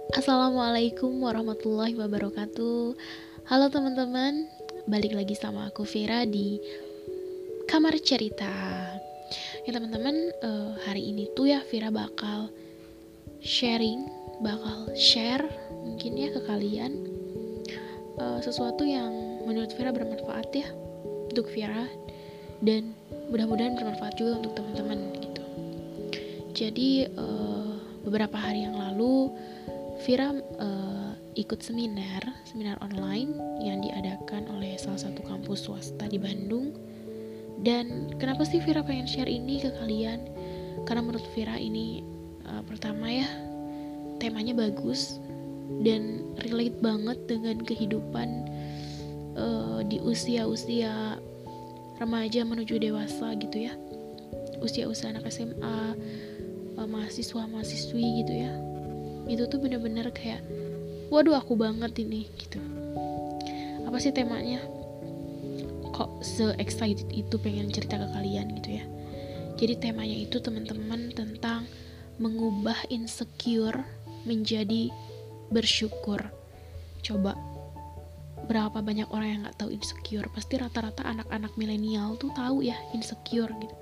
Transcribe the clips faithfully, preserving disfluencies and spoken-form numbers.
Assalamualaikum warahmatullahi wabarakatuh. Halo teman-teman, balik lagi sama aku Vera di Kamar Cerita. Ya teman-teman, uh, hari ini tuh ya Vera bakal sharing, bakal share mungkin ya ke kalian uh, sesuatu yang menurut Vera bermanfaat ya untuk Vera, dan mudah-mudahan bermanfaat juga untuk teman-teman gitu. Jadi uh, beberapa hari yang lalu Vira uh, ikut seminar, seminar online yang diadakan oleh salah satu kampus swasta di Bandung. Dan kenapa sih Vira pengen share ini ke kalian? Karena menurut Vira ini uh, pertama ya, temanya bagus dan relate banget dengan kehidupan uh, di usia-usia remaja menuju dewasa gitu ya. Usia-usia anak S M A, uh, mahasiswa-mahasiswi gitu ya. Itu tuh bener-bener kayak waduh aku banget ini gitu. Apa sih temanya? Kok se-excited itu pengen cerita ke kalian gitu ya. Jadi temanya itu teman-teman tentang mengubah insecure menjadi bersyukur. Coba, berapa banyak orang yang gak tahu insecure? Pasti rata-rata anak-anak milenial tuh tahu ya insecure gitu.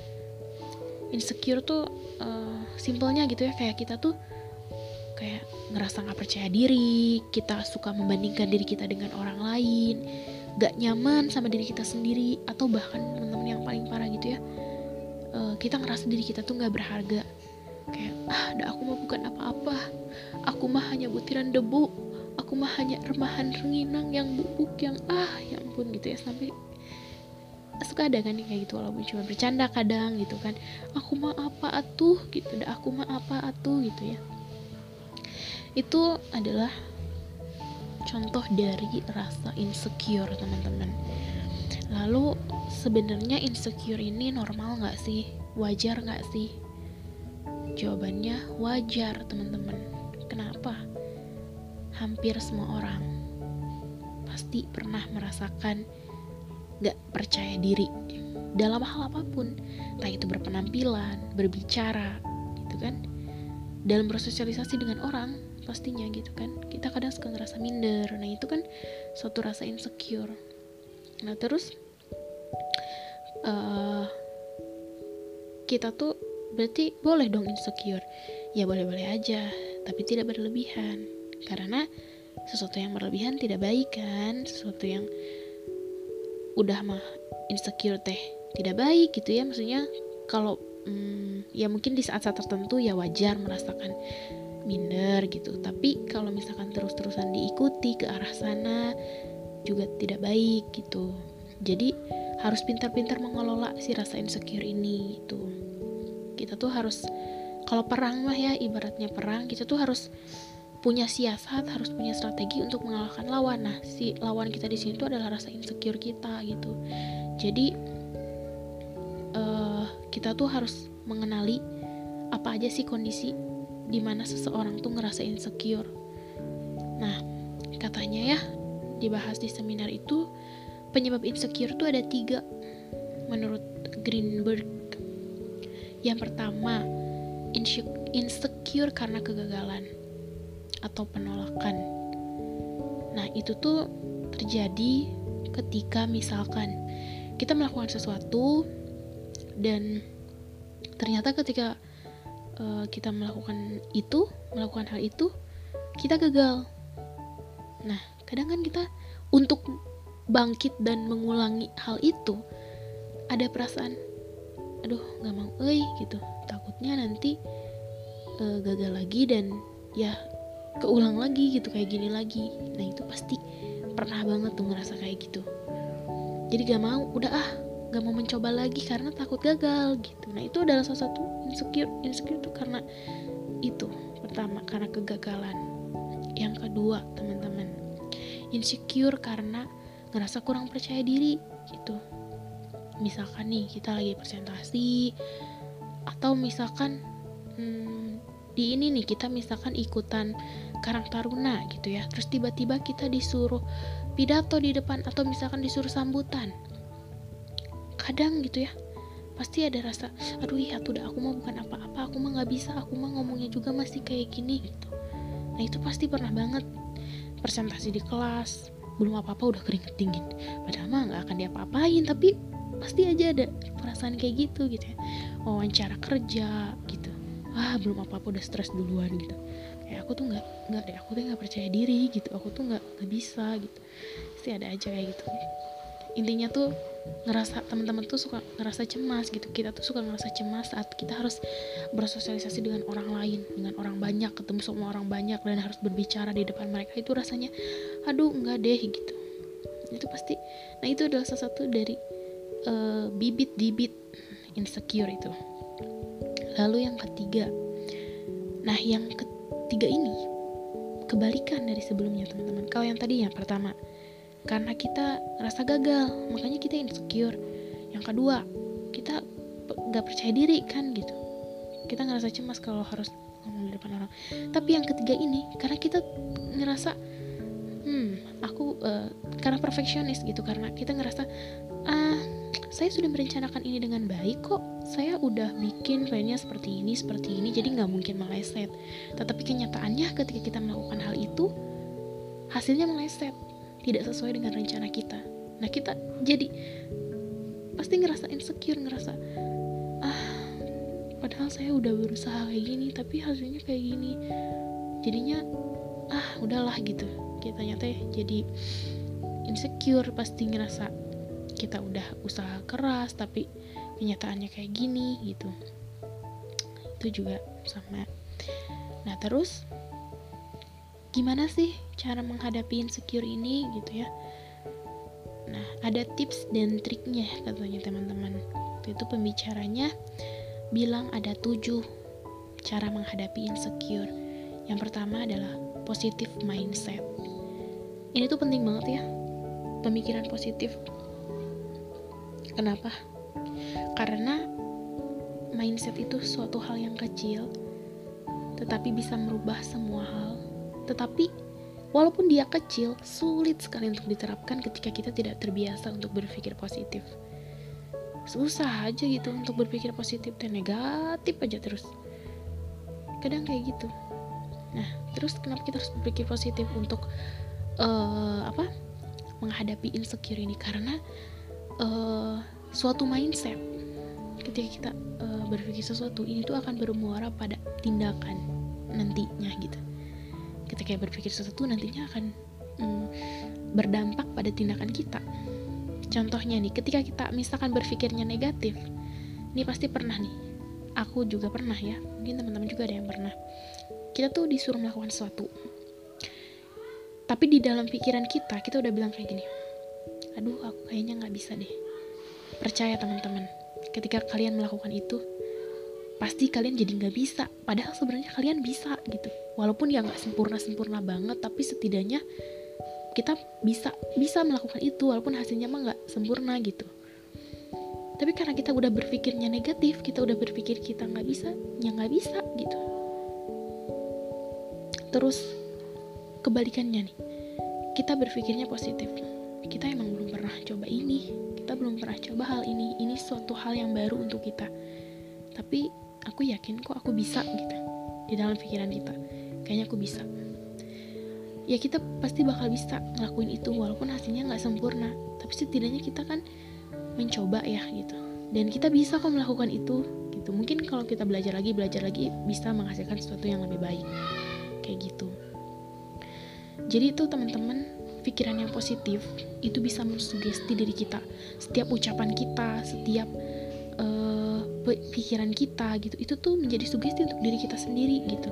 Insecure tuh uh, simpelnya gitu ya, kayak kita tuh kayak ngerasa gak percaya diri, kita suka membandingkan diri kita dengan orang lain, gak nyaman sama diri kita sendiri, atau bahkan teman-teman yang paling parah gitu ya, uh, kita ngerasa diri kita tuh gak berharga, kayak ah dah aku mah bukan apa-apa, aku mah hanya butiran debu, aku mah hanya remahan renginang yang bubuk yang ah ya ampun gitu ya. Sampai suka ada kan kayak gitu, walaupun cuma bercanda kadang gitu kan, aku mah apa atuh gitu, dah aku mah apa atuh gitu ya. Itu adalah contoh dari rasa insecure teman-teman. Lalu sebenarnya insecure ini normal gak sih? Wajar gak sih? Jawabannya wajar teman-teman. Kenapa? Hampir semua orang pasti pernah merasakan gak percaya diri dalam hal apapun, entah itu berpenampilan, berbicara gitu kan, dalam bersosialisasi dengan orang pastinya gitu kan, kita kadang suka ngerasa minder. Nah itu kan suatu rasa insecure. Nah terus uh, kita tuh berarti boleh dong insecure? Ya boleh-boleh aja, tapi tidak berlebihan, karena sesuatu yang berlebihan tidak baik kan. Sesuatu yang udah mah insecure teh tidak baik gitu ya. Maksudnya kalau hmm, ya mungkin di saat-saat tertentu ya wajar merasakan minder gitu, tapi kalau misalkan terus-terusan diikuti ke arah sana juga tidak baik gitu. Jadi harus pintar-pintar mengelola si rasa insecure ini gitu. Kita tuh harus, kalau perang mah ya ibaratnya perang, kita tuh harus punya siasat, harus punya strategi untuk mengalahkan lawan. Nah si lawan kita di sini tuh adalah rasa insecure kita gitu. Jadi uh, kita tuh harus mengenali apa aja sih kondisi di mana seseorang tuh ngerasa insecure. Nah, katanya ya dibahas di seminar itu, penyebab insecure tuh ada tiga menurut Greenberg. Yang pertama, insecure karena kegagalan atau penolakan. Nah, itu tuh terjadi ketika misalkan kita melakukan sesuatu dan ternyata ketika Uh, kita melakukan itu, melakukan hal itu, kita gagal. Nah, kadang kan kita untuk bangkit dan mengulangi hal itu ada perasaan, aduh nggak mau, eh gitu. Takutnya nanti uh, gagal lagi dan ya keulang lagi gitu, kayak gini lagi. Nah itu pasti pernah banget tuh ngerasa kayak gitu. Jadi gak mau, udah ah gak mau mencoba lagi karena takut gagal gitu. Nah itu adalah salah satu insecure. Insecure itu karena itu, pertama karena kegagalan. Yang kedua teman-teman, insecure karena ngerasa kurang percaya diri gitu. Misalkan nih kita lagi presentasi, atau misalkan hmm, di ini nih kita misalkan ikutan Karang Taruna gitu ya, terus tiba-tiba kita disuruh pidato di depan, atau misalkan disuruh sambutan. Kadang gitu ya pasti ada rasa, aduh iya tuh dah aku mah bukan apa-apa, aku mah gak bisa, aku mah ngomongnya juga masih kayak gini gitu. Nah itu pasti pernah banget presentasi di kelas, belum apa-apa udah keringet dingin, padahal mah gak akan diapa-apain, tapi pasti aja ada perasaan kayak gitu gitu ya. Wawancara kerja gitu, wah belum apa-apa udah stres duluan gitu. Kayak aku tuh nggak nggak deh, aku tuh nggak percaya diri gitu, aku tuh nggak nggak bisa gitu. Pasti ada aja kayak gitu. Intinya tuh ngerasa, teman-teman tuh suka ngerasa cemas gitu, kita tuh suka ngerasa cemas saat kita harus bersosialisasi dengan orang lain, dengan orang banyak, ketemu sama orang banyak dan harus berbicara di depan mereka. Itu rasanya aduh enggak deh gitu. Itu pasti, nah itu adalah salah satu dari uh, bibit-bibit insecure itu. Lalu yang ketiga, nah yang ketiga ini kebalikan dari sebelumnya teman-teman. Kalau yang tadi yang pertama, karena kita ngerasa gagal, makanya kita insecure. Yang kedua, kita gak percaya diri kan gitu, kita ngerasa cemas kalau harus ngomong di depan orang. Tapi yang ketiga ini, karena kita ngerasa hmm aku uh, karena perfeksionis gitu, karena kita ngerasa ah saya sudah merencanakan ini dengan baik kok, saya udah bikin plannya seperti ini seperti ini, jadi nggak mungkin meleset. Tetapi kenyataannya ketika kita melakukan hal itu, hasilnya meleset, tidak sesuai dengan rencana kita. Nah kita jadi pasti ngerasa insecure, ngerasa ah padahal saya udah berusaha kayak gini tapi hasilnya kayak gini, jadinya ah udahlah gitu. Kita nyata jadi insecure, pasti ngerasa kita udah usaha keras tapi kenyataannya kayak gini gitu. Itu juga sama. Nah terus gimana sih cara menghadapi insecure ini gitu ya? Nah ada tips dan triknya katanya teman-teman. Itu pembicaranya bilang ada tujuh cara menghadapi insecure. Yang pertama adalah positive mindset. Ini tuh penting banget ya, pemikiran positif. Kenapa? Karena mindset itu suatu hal yang kecil, tetapi bisa merubah semua hal. Tetapi walaupun dia kecil, sulit sekali untuk diterapkan ketika kita tidak terbiasa untuk berpikir positif. Susah aja gitu untuk berpikir positif, dan negatif aja terus. Kadang kayak gitu. Nah, terus kenapa kita harus berpikir positif untuk uh, apa? menghadapi insecure ini? Karena uh, suatu mindset, ketika kita uh, berpikir sesuatu ini tuh akan bermuara pada tindakan nantinya gitu. Ketika berpikir sesuatu nantinya akan mm, berdampak pada tindakan kita. Contohnya nih, ketika kita misalkan berpikirnya negatif, ini pasti pernah nih, aku juga pernah ya, mungkin teman-teman juga ada yang pernah. Kita tuh disuruh melakukan sesuatu, tapi di dalam pikiran kita, kita udah bilang kayak gini, aduh aku kayaknya gak bisa deh. Percaya teman-teman, ketika kalian melakukan itu, pasti kalian jadi gak bisa. Padahal sebenarnya kalian bisa gitu. Walaupun ya gak sempurna-sempurna banget, tapi setidaknya kita bisa bisa melakukan itu, walaupun hasilnya mah gak sempurna gitu. Tapi karena kita udah berpikirnya negatif, kita udah berpikir kita gak bisa, ya gak bisa gitu. Terus kebalikannya nih, kita berpikirnya positif, kita emang belum pernah coba ini, kita belum pernah coba hal ini, ini suatu hal yang baru untuk kita, tapi aku yakin kok aku bisa gitu. Di dalam pikiran kita, kayaknya aku bisa, ya kita pasti bakal bisa ngelakuin itu walaupun hasilnya gak sempurna, tapi setidaknya kita kan mencoba ya gitu, dan kita bisa kok melakukan itu gitu. Mungkin kalau kita belajar lagi belajar lagi bisa menghasilkan sesuatu yang lebih baik kayak gitu. Jadi itu teman-teman, pikiran yang positif itu bisa mensugesti diri kita. Setiap ucapan kita, setiap uh, pikiran kita gitu, itu tuh menjadi sugesti untuk diri kita sendiri gitu.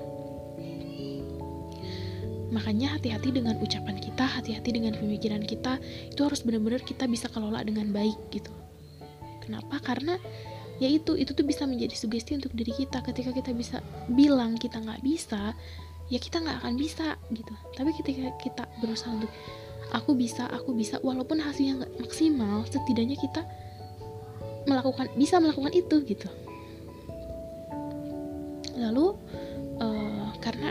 Makanya hati-hati dengan ucapan kita, hati-hati dengan pemikiran kita. Itu harus benar-benar kita bisa kelola dengan baik gitu. Kenapa? Karena ya itu, itu tuh bisa menjadi sugesti untuk diri kita. Ketika kita bisa bilang kita gak bisa, ya kita gak akan bisa gitu. Tapi ketika kita berusaha untuk aku bisa, aku bisa, walaupun hasilnya gak maksimal, setidaknya kita melakukan, bisa melakukan itu gitu. Lalu uh, karena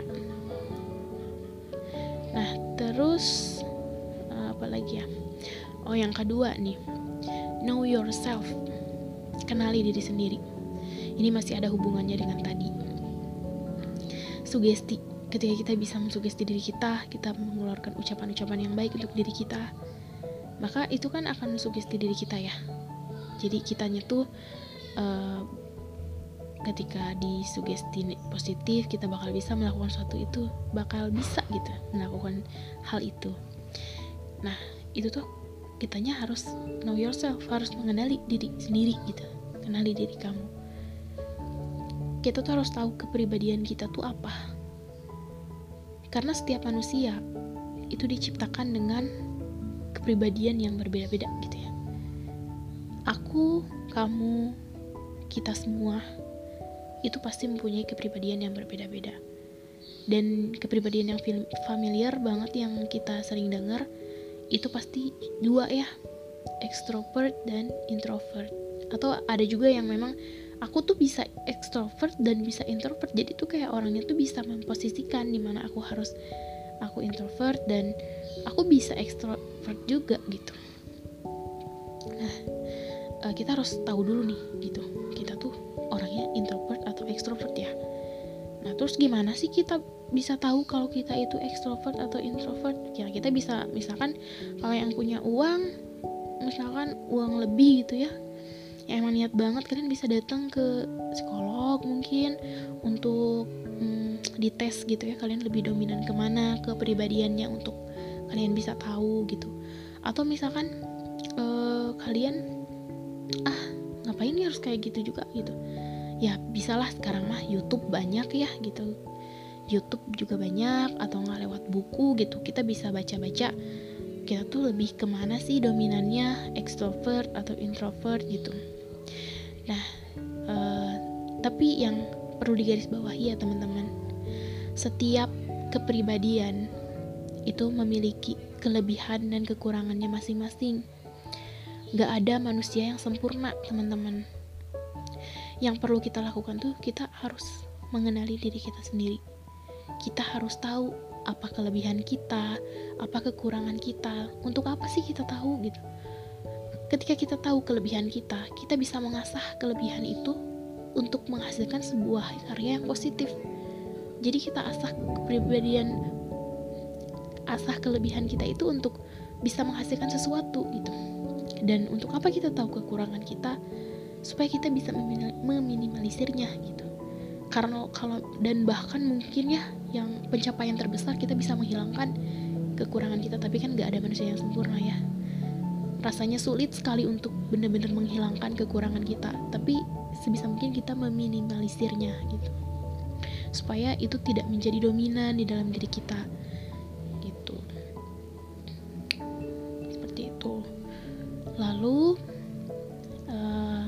nah terus uh, apa lagi ya, oh yang kedua nih, know yourself, kenali diri sendiri. Ini masih ada hubungannya dengan tadi, sugesti. ketika kita bisa mensugesti diri kita, kita mengeluarkan ucapan-ucapan yang baik untuk diri kita, maka itu kan akan mensugesti diri kita ya. Jadi kitanya tuh uh, ketika disugesti positif, kita bakal bisa melakukan sesuatu itu, bakal bisa gitu melakukan hal itu. Nah itu tuh kitanya harus know yourself, harus mengenali diri sendiri gitu, kenali diri kamu. Kita tuh harus tahu kepribadian kita tuh apa, karena setiap manusia itu diciptakan dengan kepribadian yang berbeda-beda gitu ya. Aku, kamu, kita semua itu pasti mempunyai kepribadian yang berbeda-beda. Dan kepribadian yang familiar banget yang kita sering dengar itu pasti dua ya, extrovert dan introvert. Atau ada juga yang memang aku tuh bisa extrovert dan bisa introvert. Jadi tuh kayak orangnya tuh bisa memposisikan di mana aku harus aku introvert dan aku bisa extrovert juga gitu. Nah, kita harus tahu dulu nih gitu, kita tuh orangnya introvert atau extrovert ya. Nah terus gimana sih kita bisa tahu kalau kita itu extrovert atau introvert? Ya kita bisa, misalkan kalau yang punya uang, misalkan uang lebih gitu ya, yang emang niat banget, kalian bisa datang ke psikolog mungkin untuk hmm, dites gitu ya, kalian lebih dominan kemana kepribadiannya untuk kalian bisa tahu gitu. Atau misalkan eh, kalian ah ngapain nih harus kayak gitu juga gitu ya, bisalah sekarang mah YouTube banyak ya gitu, YouTube juga banyak, atau nggak lewat buku gitu kita bisa baca-baca kita tuh lebih kemana sih dominannya, extrovert atau introvert gitu. Nah uh, tapi yang perlu digarisbawahi ya teman-teman, setiap kepribadian itu memiliki kelebihan dan kekurangannya masing-masing. Gak ada manusia yang sempurna teman-teman. Yang perlu kita lakukan tuh kita harus mengenali diri kita sendiri. Kita harus tahu apa kelebihan kita, apa kekurangan kita, untuk apa sih kita tahu gitu. Ketika kita tahu kelebihan kita, kita bisa mengasah kelebihan itu untuk menghasilkan sebuah karya yang positif. Jadi kita asah kepribadian, asah kelebihan kita itu untuk bisa menghasilkan sesuatu gitu. Dan untuk apa kita tahu kekurangan kita? Supaya kita bisa meminimalisirnya gitu. Karena kalau dan bahkan mungkin ya yang pencapaian terbesar kita bisa menghilangkan kekurangan kita, tapi kan gak ada manusia yang sempurna ya. Rasanya sulit sekali untuk benar-benar menghilangkan kekurangan kita, tapi sebisa mungkin kita meminimalisirnya gitu. Supaya itu tidak menjadi dominan di dalam diri kita gitu. Seperti itu. Lalu uh,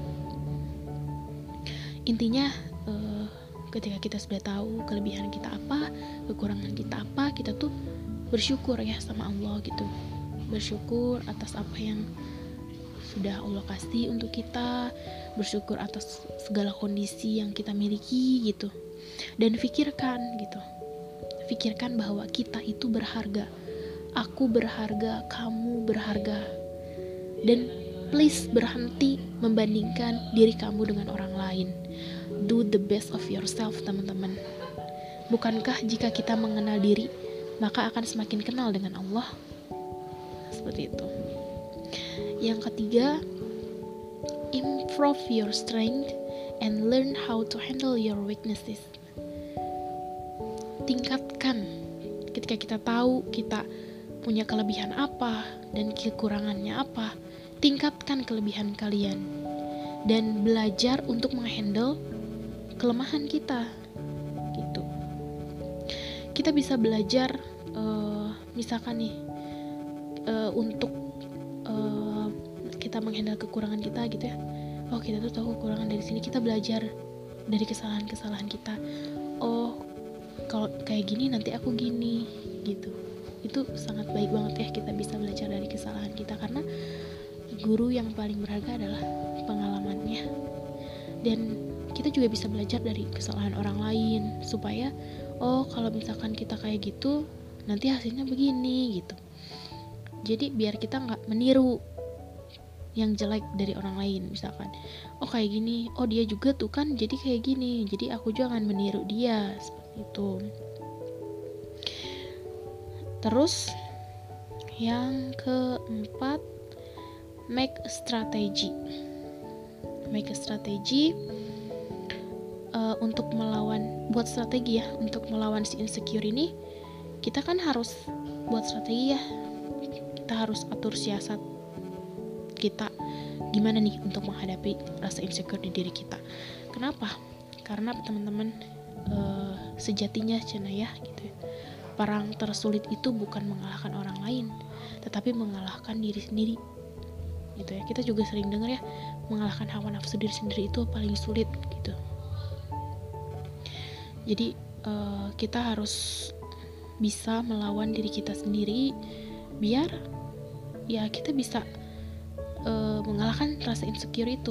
intinya uh, ketika kita sudah tahu kelebihan kita apa, kekurangan kita apa, kita tuh bersyukur ya sama Allah gitu. Bersyukur atas apa yang sudah Allah kasih untuk kita, bersyukur atas segala kondisi yang kita miliki gitu. Dan pikirkan gitu. Pikirkan bahwa kita itu berharga. Aku berharga, kamu berharga. Dan please berhenti membandingkan diri kamu dengan orang lain. Do the best of yourself teman-teman. Bukankah jika kita mengenal diri, maka akan semakin kenal dengan Allah? Seperti itu. Yang ketiga, improve your strength and learn how to handle your weaknesses. Tingkatkan ketika kita tahu kita punya kelebihan apa dan kekurangannya apa, tingkatkan kelebihan kalian dan belajar untuk menghandle kelemahan kita gitu. Kita bisa belajar uh, misalkan nih uh, untuk uh, kita menghandle kekurangan kita gitu ya. Oh, kita tuh tahu kekurangan dari sini, kita belajar dari kesalahan-kesalahan kita. Oh, kalau kayak gini nanti aku gini gitu. Itu sangat baik banget ya kita bisa belajar dari kesalahan kita, karena guru yang paling berharga adalah pengalamannya. Dan kita juga bisa belajar dari kesalahan orang lain supaya oh kalau misalkan kita kayak gitu nanti hasilnya begini gitu. Jadi biar kita nggak meniru yang jelek dari orang lain. Misalkan oh kayak gini, oh dia juga tuh kan jadi kayak gini, jadi aku jangan meniru dia, seperti itu. Terus yang keempat, make a strategy. Make a strategy uh, untuk melawan, buat strategi ya untuk melawan si insecure ini. Kita kan harus buat strategi ya. Kita harus atur siasat kita gimana nih untuk menghadapi rasa insecure di diri kita. Kenapa? Karena teman-teman uh, sejatinya cina ya gitu ya, perang tersulit itu bukan mengalahkan orang lain, tetapi mengalahkan diri sendiri gitu ya. Kita juga sering dengar ya, mengalahkan hawa nafsu diri sendiri itu paling sulit gitu. Jadi uh, kita harus bisa melawan diri kita sendiri biar ya kita bisa uh, mengalahkan rasa insecure itu.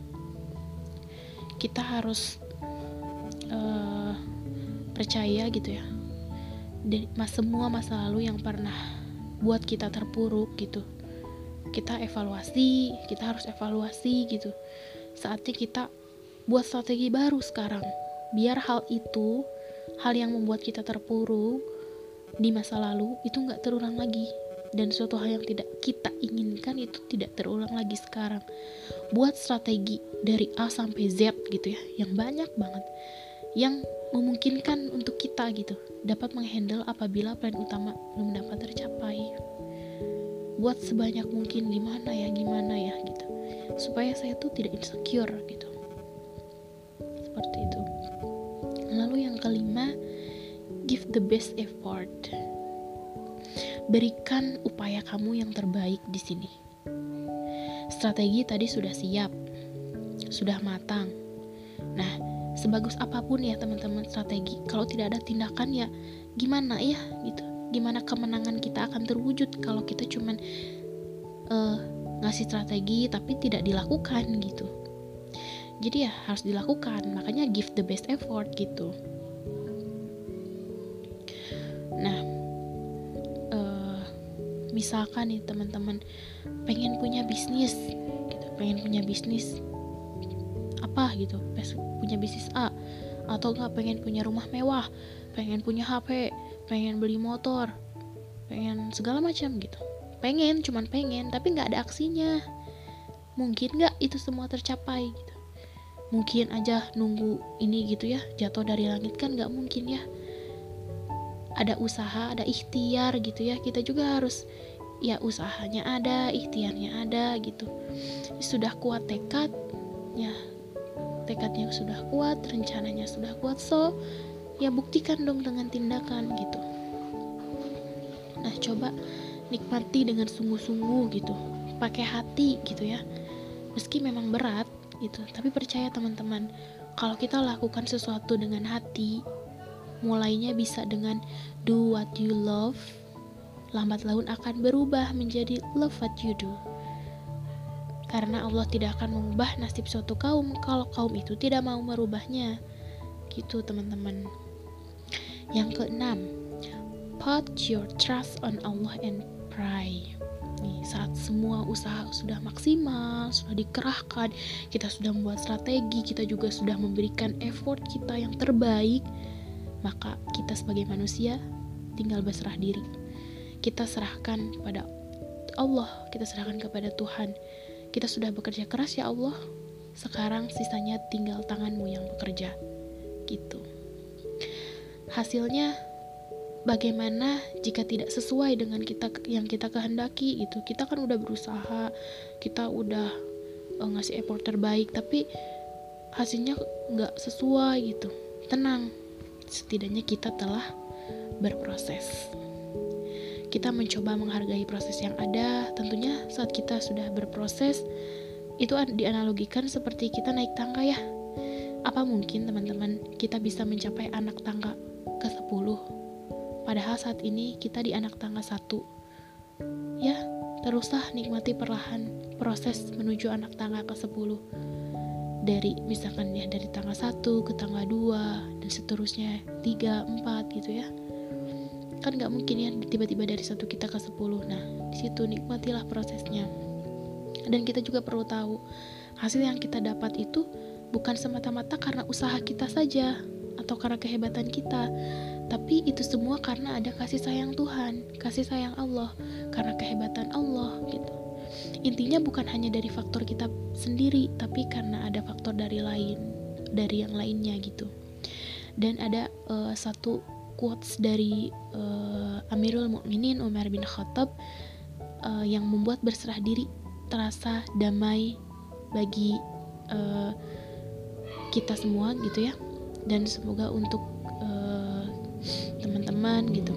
Kita harus uh, percaya gitu ya, dari mas semua masa lalu yang pernah buat kita terpuruk gitu, kita evaluasi, kita harus evaluasi gitu. Saatnya kita buat strategi baru sekarang, biar hal itu, hal yang membuat kita terpuruk di masa lalu itu gak terulang lagi, dan suatu hal yang tidak kita inginkan itu tidak terulang lagi sekarang. Buat strategi dari A sampai Z gitu ya, yang banyak banget, yang memungkinkan untuk kita gitu dapat menghandle apabila plan utama belum dapat tercapai. Buat sebanyak mungkin, gimana ya gimana ya gitu, supaya saya tuh tidak insecure gitu, seperti itu. Lalu yang kelima, give the best effort. Berikan upaya kamu yang terbaik di sini. Strategi tadi sudah siap, sudah matang. Nah, sebagus apapun ya teman-teman strategi, kalau tidak ada tindakan ya gimana ya gitu. Gimana kemenangan kita akan terwujud kalau kita cuman uh, ngasih strategi tapi tidak dilakukan gitu. Jadi ya harus dilakukan, makanya give the best effort gitu. Nah, uh, misalkan nih teman-teman pengen punya bisnis gitu, pengen punya bisnis apa gitu, punya bisnis A, atau enggak pengen punya rumah mewah, pengen punya H P, pengen beli motor, pengen segala macam gitu. Pengen, cuman pengen, tapi nggak ada aksinya. Mungkin nggak itu semua tercapai gitu. Mungkin aja nunggu ini gitu ya, jatuh dari langit kan nggak mungkin ya. Ada usaha, ada ikhtiar gitu ya. Kita juga harus ya usahanya ada, ikhtiarnya ada gitu. Sudah kuat tekad, ya tekadnya sudah kuat, rencananya sudah kuat, so ya buktikan dong dengan tindakan gitu. Nah, coba nikmati dengan sungguh-sungguh gitu, pakai hati gitu ya. Meski memang berat gitu, tapi percaya teman-teman, kalau kita lakukan sesuatu dengan hati, mulainya bisa dengan do what you love, lambat laun akan berubah menjadi love what you do. Karena Allah tidak akan mengubah nasib suatu kaum kalau kaum itu tidak mau merubahnya. Gitu teman-teman. Yang keenam, put your trust on Allah and pray. Nih, saat semua usaha sudah maksimal, sudah dikerahkan, kita sudah membuat strategi, kita juga sudah memberikan effort kita yang terbaik, maka kita sebagai manusia tinggal berserah diri. Kita serahkan kepada Allah, kita serahkan kepada Tuhan. Kita sudah bekerja keras ya Allah, sekarang sisanya tinggal tanganmu yang bekerja gitu. Hasilnya bagaimana jika tidak sesuai dengan kita yang kita kehendaki itu? Kita kan udah berusaha, kita udah uh, ngasih effort terbaik, tapi hasilnya gak sesuai gitu. Tenang, setidaknya kita telah berproses. Kita mencoba menghargai proses yang ada. Tentunya saat kita sudah berproses, itu dianalogikan seperti kita naik tangga ya. Apa mungkin teman-teman kita bisa mencapai anak tangga ke sepuluh, padahal saat ini kita di anak tangga satu? Ya, teruslah nikmati perlahan proses menuju anak tangga ke sepuluh. Dari misalkan ya dari tangga satu ke tangga dua dan seterusnya tiga, empat gitu ya. Kan gak mungkin ya tiba-tiba dari satu kita ke sepuluh. Nah, disitu nikmatilah prosesnya. Dan kita juga perlu tahu, hasil yang kita dapat itu bukan semata-mata karena usaha kita saja atau karena kehebatan kita, Tapi itu semua karena ada kasih sayang Tuhan, kasih sayang Allah, karena kehebatan Allah gitu. Intinya bukan hanya dari faktor kita sendiri, tapi karena ada faktor dari lain, dari yang lainnya gitu. Dan ada uh, satu quotes dari uh, Amirul Mukminin Umar bin Khattab uh, yang membuat berserah diri terasa damai bagi uh, kita semua gitu ya. Dan semoga untuk uh, teman-teman gitu.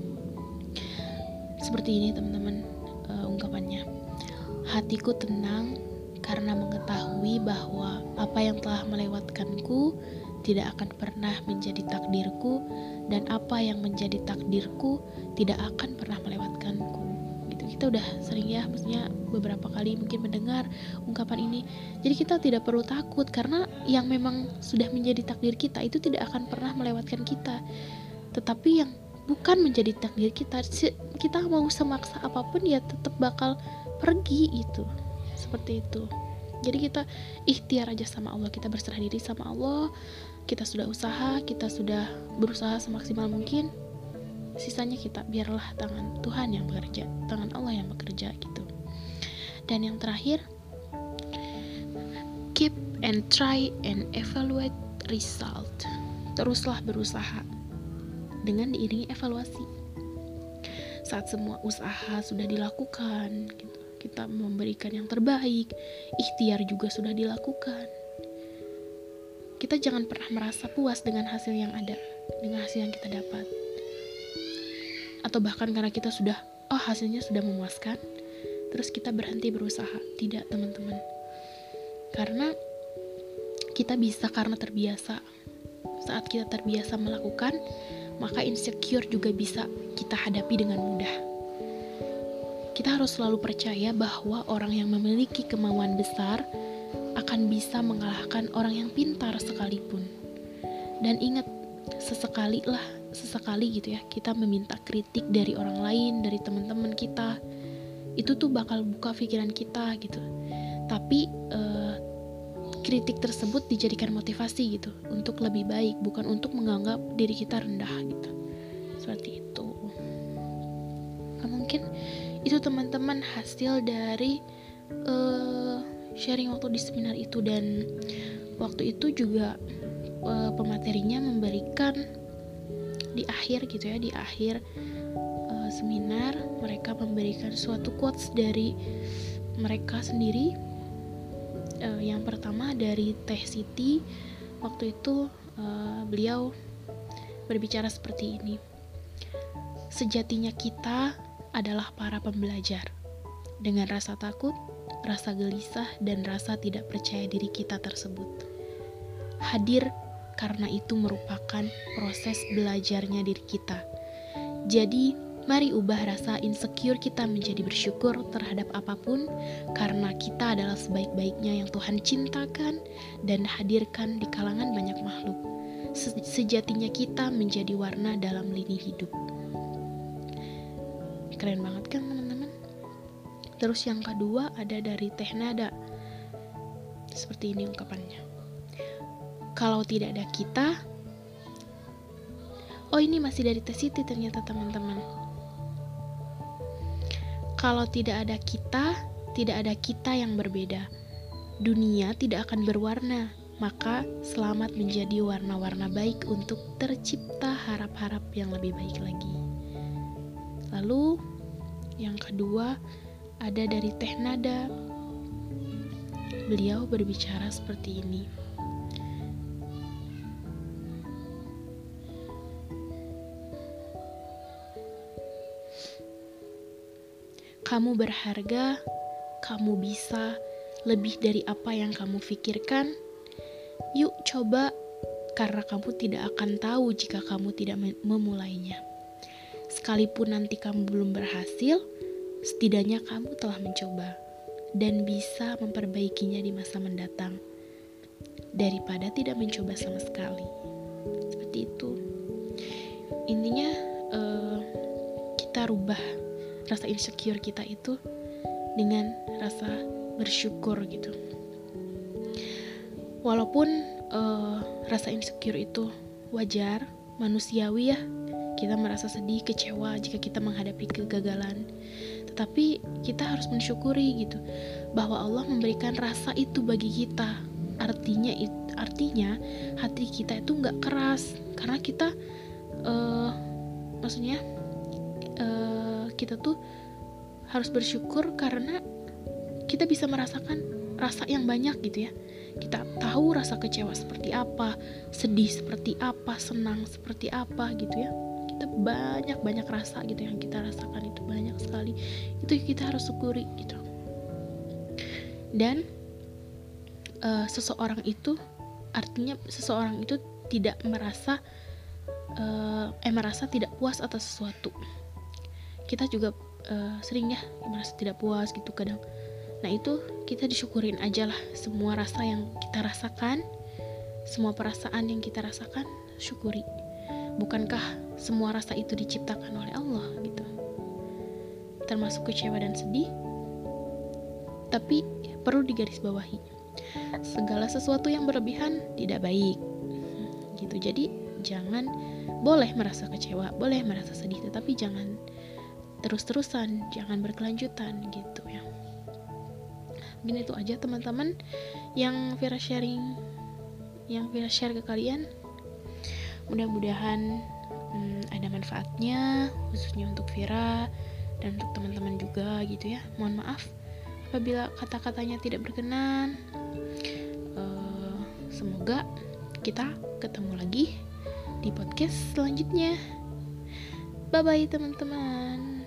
Seperti ini teman-teman uh, ungkapannya. Hatiku tenang karena mengetahui bahwa apa yang telah melewatkanku tidak akan pernah menjadi takdirku, dan apa yang menjadi takdirku tidak akan pernah melewatkanku. Gitu. Kita udah sering ya, maksudnya beberapa kali mungkin mendengar ungkapan ini. Jadi kita tidak perlu takut karena yang memang sudah menjadi takdir kita itu tidak akan pernah melewatkan kita. Tetapi yang bukan menjadi takdir kita, kita mau semaksa apapun ya tetap bakal pergi itu. Seperti itu. Jadi kita ikhtiar aja sama Allah, kita berserah diri sama Allah. Kita sudah usaha, kita sudah berusaha semaksimal mungkin. Sisanya kita biarlah tangan Tuhan yang bekerja, tangan Allah yang bekerja gitu. Dan yang terakhir, keep and try and evaluate result. Teruslah berusaha dengan diiringi evaluasi. Saat semua usaha sudah dilakukan gitu, kita memberikan yang terbaik, ikhtiar juga sudah dilakukan. Kita jangan pernah merasa puas dengan hasil yang ada, dengan hasil yang kita dapat. Atau bahkan karena kita sudah, oh hasilnya sudah memuaskan, terus kita berhenti berusaha. Tidak teman-teman. Karena kita bisa karena terbiasa. Saat kita terbiasa melakukan, maka insecure juga bisa kita hadapi dengan mudah. Kita harus selalu percaya bahwa orang yang memiliki kemauan besar akan bisa mengalahkan orang yang pintar sekalipun. Dan ingat, sesekali lah, sesekali gitu ya, kita meminta kritik dari orang lain, dari teman-teman kita. Itu tuh bakal buka pikiran kita gitu. Tapi eh, kritik tersebut dijadikan motivasi gitu untuk lebih baik, bukan untuk menganggap diri kita rendah gitu. Seperti itu. Nah, mungkin itu teman-teman hasil dari uh, sharing waktu di seminar itu. Dan waktu itu juga uh, pematerinya memberikan di akhir gitu ya, di akhir uh, seminar mereka memberikan suatu quotes dari mereka sendiri. Uh, yang pertama dari Teh Siti. Waktu itu uh, beliau berbicara seperti ini. Sejatinya kita adalah para pembelajar. Dengan rasa takut, rasa gelisah, dan rasa tidak percaya diri kita tersebut hadir karena itu merupakan proses belajarnya diri kita. Jadi, mari ubah rasa insecure kita menjadi bersyukur terhadap apapun, karena kita adalah sebaik-baiknya yang Tuhan cintakan dan hadirkan di kalangan banyak makhluk. Sejatinya kita menjadi warna dalam lini hidup. Keren banget kan teman-teman? Terus yang kedua ada dari Teh Nada. Seperti ini ungkapannya. Kalau tidak ada kita, oh ini masih dari Teh Siti ternyata teman-teman. Kalau tidak ada kita, tidak ada kita yang berbeda. Dunia tidak akan berwarna, maka selamat menjadi warna-warna baik untuk tercipta harap-harap yang lebih baik lagi. Lalu yang kedua ada dari Teh Nada. Beliau berbicara seperti ini. Kamu berharga, kamu bisa lebih dari apa yang kamu pikirkan. Yuk coba, karena kamu tidak akan tahu jika kamu tidak memulainya. Sekalipun nanti kamu belum berhasil, setidaknya kamu telah mencoba dan bisa memperbaikinya di masa mendatang daripada tidak mencoba sama sekali. Seperti itu. Intinya uh, kita rubah rasa insecure kita itu dengan rasa bersyukur gitu. Walaupun uh, rasa insecure itu wajar, manusiawi ya, kita merasa sedih, kecewa jika kita menghadapi kegagalan. Tetapi kita harus mensyukuri gitu bahwa Allah memberikan rasa itu bagi kita. Artinya artinya hati kita itu nggak keras karena kita uh, maksudnya uh, kita tuh harus bersyukur karena kita bisa merasakan rasa yang banyak gitu ya. Kita tahu rasa kecewa seperti apa, sedih seperti apa, senang seperti apa gitu ya. Kita banyak-banyak rasa gitu yang kita rasakan, itu banyak sekali. Itu kita harus syukuri gitu. Dan uh, seseorang itu artinya seseorang itu tidak merasa uh, eh merasa tidak puas atas sesuatu. Kita juga uh, sering ya merasa tidak puas gitu kadang. Nah itu kita disyukurin aja lah semua rasa yang kita rasakan, semua perasaan yang kita rasakan, syukuri. Bukankah semua rasa itu diciptakan oleh Allah gitu, termasuk kecewa dan sedih. Tapi perlu digarisbawahi, segala sesuatu yang berlebihan tidak baik gitu. Jadi jangan, boleh merasa kecewa, boleh merasa sedih, tetapi jangan terus-terusan, jangan berkelanjutan gitu ya. Mungkin itu aja teman-teman yang Vira sharing, yang Vira share ke kalian. Mudah-mudahan hmm, ada manfaatnya, khususnya untuk Vira dan untuk teman-teman juga gitu ya. Mohon maaf apabila kata-katanya tidak berkenan. uh, Semoga kita ketemu lagi di podcast selanjutnya. Bye bye teman-teman.